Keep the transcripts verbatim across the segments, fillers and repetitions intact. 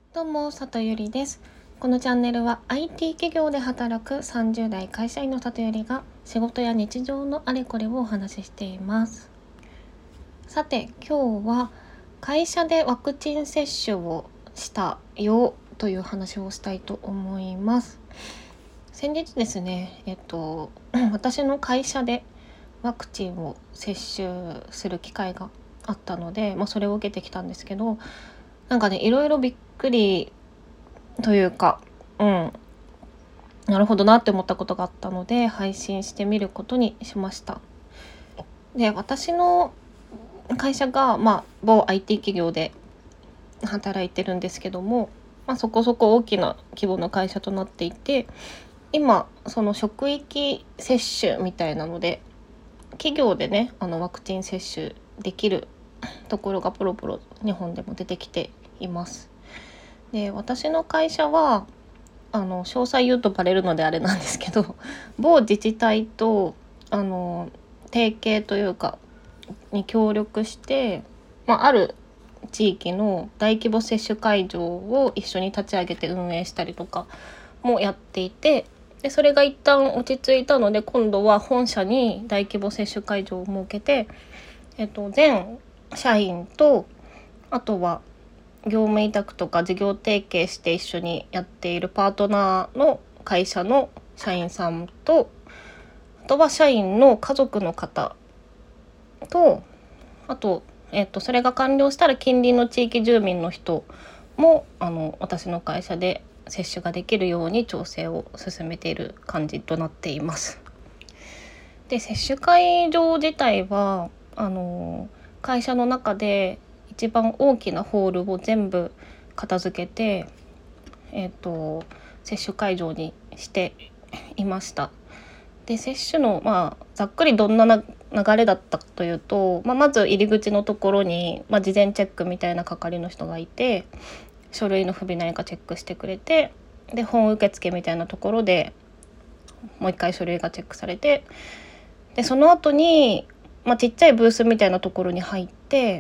どうも、里ゆりです。このチャンネルは アイティー 企業で働くさんじゅう代会社員の里ゆりが仕事や日常のあれこれをお話ししています。さて、今日は会社でワクチン接種をしたよという話をしたいと思います。先日ですね、えっと私の会社でワクチンを接種する機会があったので、まあ、それを受けてきたんですけど、なんかねいろいろびっくりというか、うん、なるほどなって思ったことがあったので配信してみることにしました。で、私の会社が、まあ、某 アイティー 企業で働いてるんですけども、まあ、そこそこ大きな規模の会社となっていて、今その職域接種みたいなので企業でねあのワクチン接種できるところがポロポロ日本でも出てきています。で、私の会社はあの詳細言うとバレるのであれなんですけど、某自治体とあの提携というかに協力して、まあ、ある地域の大規模接種会場を一緒に立ち上げて運営したりとかもやっていて、でそれが一旦落ち着いたので今度は本社に大規模接種会場を設けて、えっと、全社員とあとは業務委託とか事業提携して一緒にやっているパートナーの会社の社員さんと、あとは社員の家族の方と、あと、えっと、それが完了したら近隣の地域住民の人もあの私の会社で接種ができるように調整を進めている感じとなっています。で、接種会場自体はあの会社の中で一番大きなホールを全部片付けて、えーと、接種会場にしていました。で、接種の、まあ、ざっくりどんなな流れだったかというと、まあ、まず入り口のところに、まあ、事前チェックみたいな係の人がいて、書類の不備ないかチェックしてくれて、で本受付みたいなところでもう一回書類がチェックされて、でその後に、まあ、ちっちゃいブースみたいなところに入って、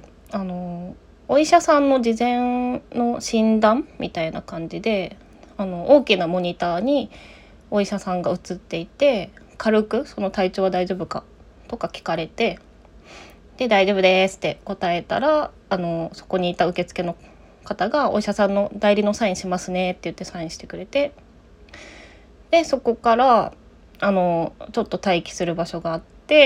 あのお医者さんの事前の診断みたいな感じで、あの大きなモニターにお医者さんが映っていて、軽くその体調は大丈夫かとか聞かれて、で大丈夫ですって答えたら、あのそこにいた受付の方がお医者さんの代理のサインしますねって言ってサインしてくれて、でそこからあのちょっと待機する場所があって、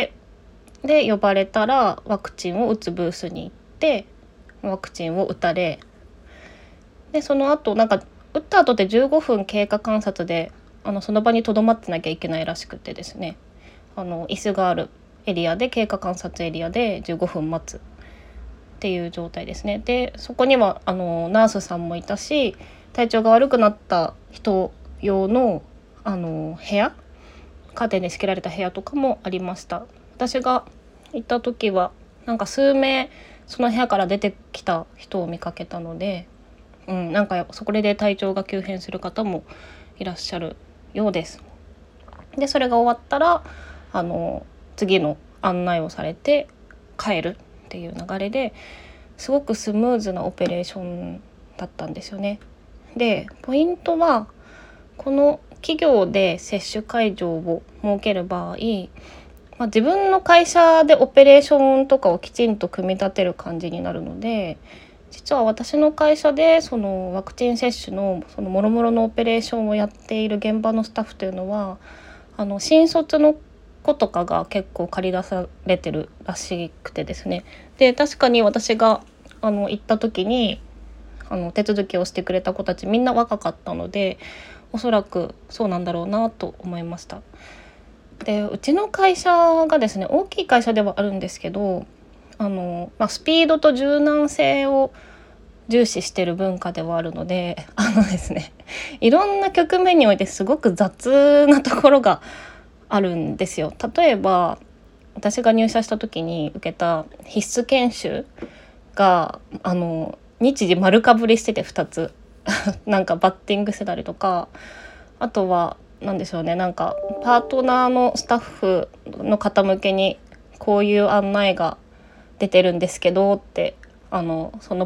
で呼ばれたらワクチンを打つブースに行ってワクチンを打たれ、でその後なんか打った後でじゅうごふん経過観察であのその場に留まってなきゃいけないらしくてですね、あの椅子があるエリアで経過観察エリアでじゅうごふん待つっていう状態ですね。でそこにはあのナースさんもいたし、体調が悪くなった人用のあの部屋、カーテンで仕切られた部屋とかもありました。私が行った時はなんか数名その部屋から出てきた人を見かけたので、うん、なんかそこで体調が急変する方もいらっしゃるようです。でそれが終わったらあの次の案内をされて帰るっていう流れですごくスムーズなオペレーションだったんですよね。でポイントは、この企業で接種会場を設ける場合、まあ、自分の会社でオペレーションとかをきちんと組み立てる感じになるので、実は私の会社でそのワクチン接種のその諸々のオペレーションをやっている現場のスタッフというのは、あの新卒の子とかが結構借り出されてるらしくてですね。で確かに私があの行った時にあの手続きをしてくれた子たちみんな若かったので、おそらくそうなんだろうなと思いました。でうちの会社がですね、大きい会社ではあるんですけど、あの、まあ、スピードと柔軟性を重視してる文化ではあるので、あのですね、いろんな局面においてすごく雑なところがあるんですよ。例えば私が入社した時に受けた必須研修があの日時丸かぶりしててふたつなんかバッティングしてたりとか、あとはなんでしょうね、なんかパートナーのスタッフの方向けにこういう案内が出てるんですけどって、あのその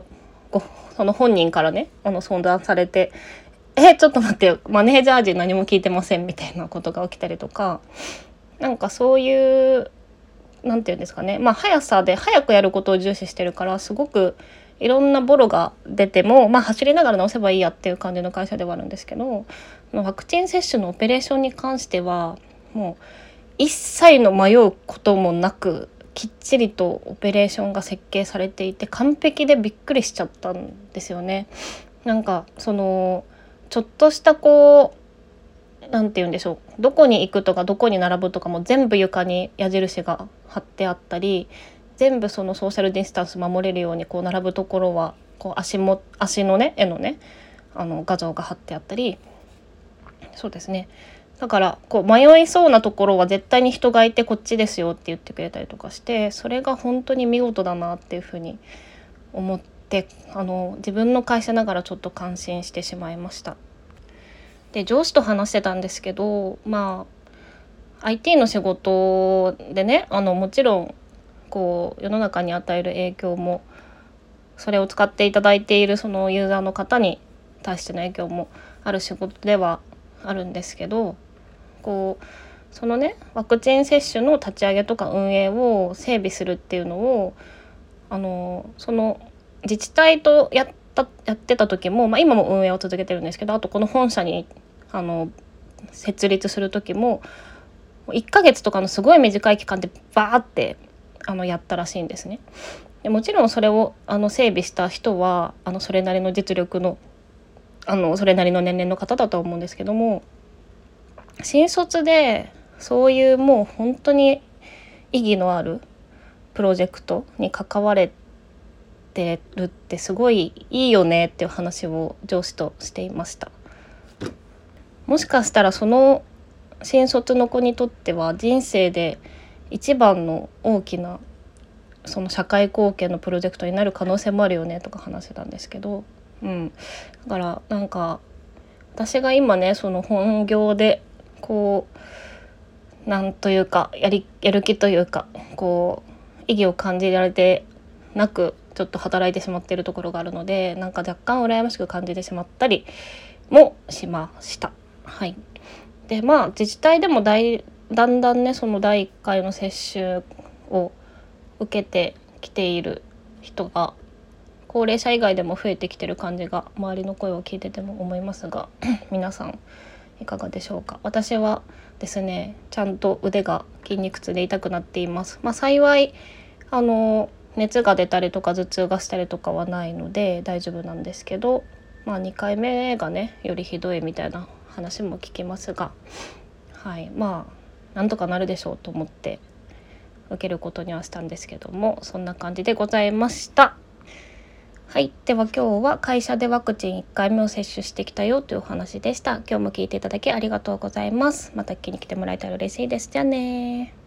ごその本人からねあの相談されて、えちょっと待ってよ、マネージャー陣何も聞いてませんみたいなことが起きたりとか、なんかそういうなんていうんですかね、まあ速さで早くやることを重視してるから、すごくいろんなボロが出ても、まあ、走りながら直せばいいやっていう感じの会社ではあるんですけど、ワクチン接種のオペレーションに関してはもう一切の迷うこともなくきっちりとオペレーションが設計されていて、完璧でびっくりしちゃったんですよね。なんかそのちょっとしたこうなんて言うんでしょう、どこに行くとかどこに並ぶとかも全部床に矢印が貼ってあったり、全部そのソーシャルディスタンス守れるようにこう並ぶところはこう足も足のね絵のねあの画像が貼ってあったり、そうですね、だからこう迷いそうなところは絶対に人がいてこっちですよって言ってくれたりとかして、それが本当に見事だなっていうふうに思って、あの自分の会社ながらちょっと感心してしまいました。で上司と話してたんですけど、まあ アイティー の仕事でね、あのもちろんこう世の中に与える影響も、それを使っていただいているそのユーザーの方に対しての影響もある仕事ではあるんですけど、こうそのねワクチン接種の立ち上げとか運営を整備するっていうのをあのその自治体とやったやってた時も、まあ、今も運営を続けてるんですけど、あとこの本社にあの設立する時もいっかげつとかのすごい短い期間でバーってあのやったらしいんですね。でもちろんそれをあの整備した人はあのそれなりの実力のあのそれなりの年齢の方だとは思うんですけども、新卒でそういうもう本当に意義のあるプロジェクトに関われてるってすごいいいよねっていう話を上司としていました。もしかしたらその新卒の子にとっては人生で一番の大きなその社会貢献のプロジェクトになる可能性もあるよねとか話してたんですけど、うん、だからなんか私が今ねその本業でこうなんというかやりやる気というかこう意義を感じられてなくちょっと働いてしまっているところがあるので、なんか若干羨ましく感じてしまったりもしました。はい。でまあ自治体でもだいだんだんねそのだいいっかいの接種を受けてきている人が高齢者以外でも増えてきてる感じが周りの声を聞いてても思いますが皆さんいかがでしょうか。私はですねちゃんと腕が筋肉痛で痛くなっています。まあ幸いあの熱が出たりとか頭痛がしたりとかはないので大丈夫なんですけど、まあにかいめがねよりひどいみたいな話も聞きますが、はいまあなんとかなるでしょうと思って受けることにはしたんですけども、そんな感じでございました。はい、では今日は会社でワクチンいっかいめを接種してきたよというお話でした。今日も聞いていただきありがとうございます。また聞きに来てもらえたら嬉しいです。じゃあね。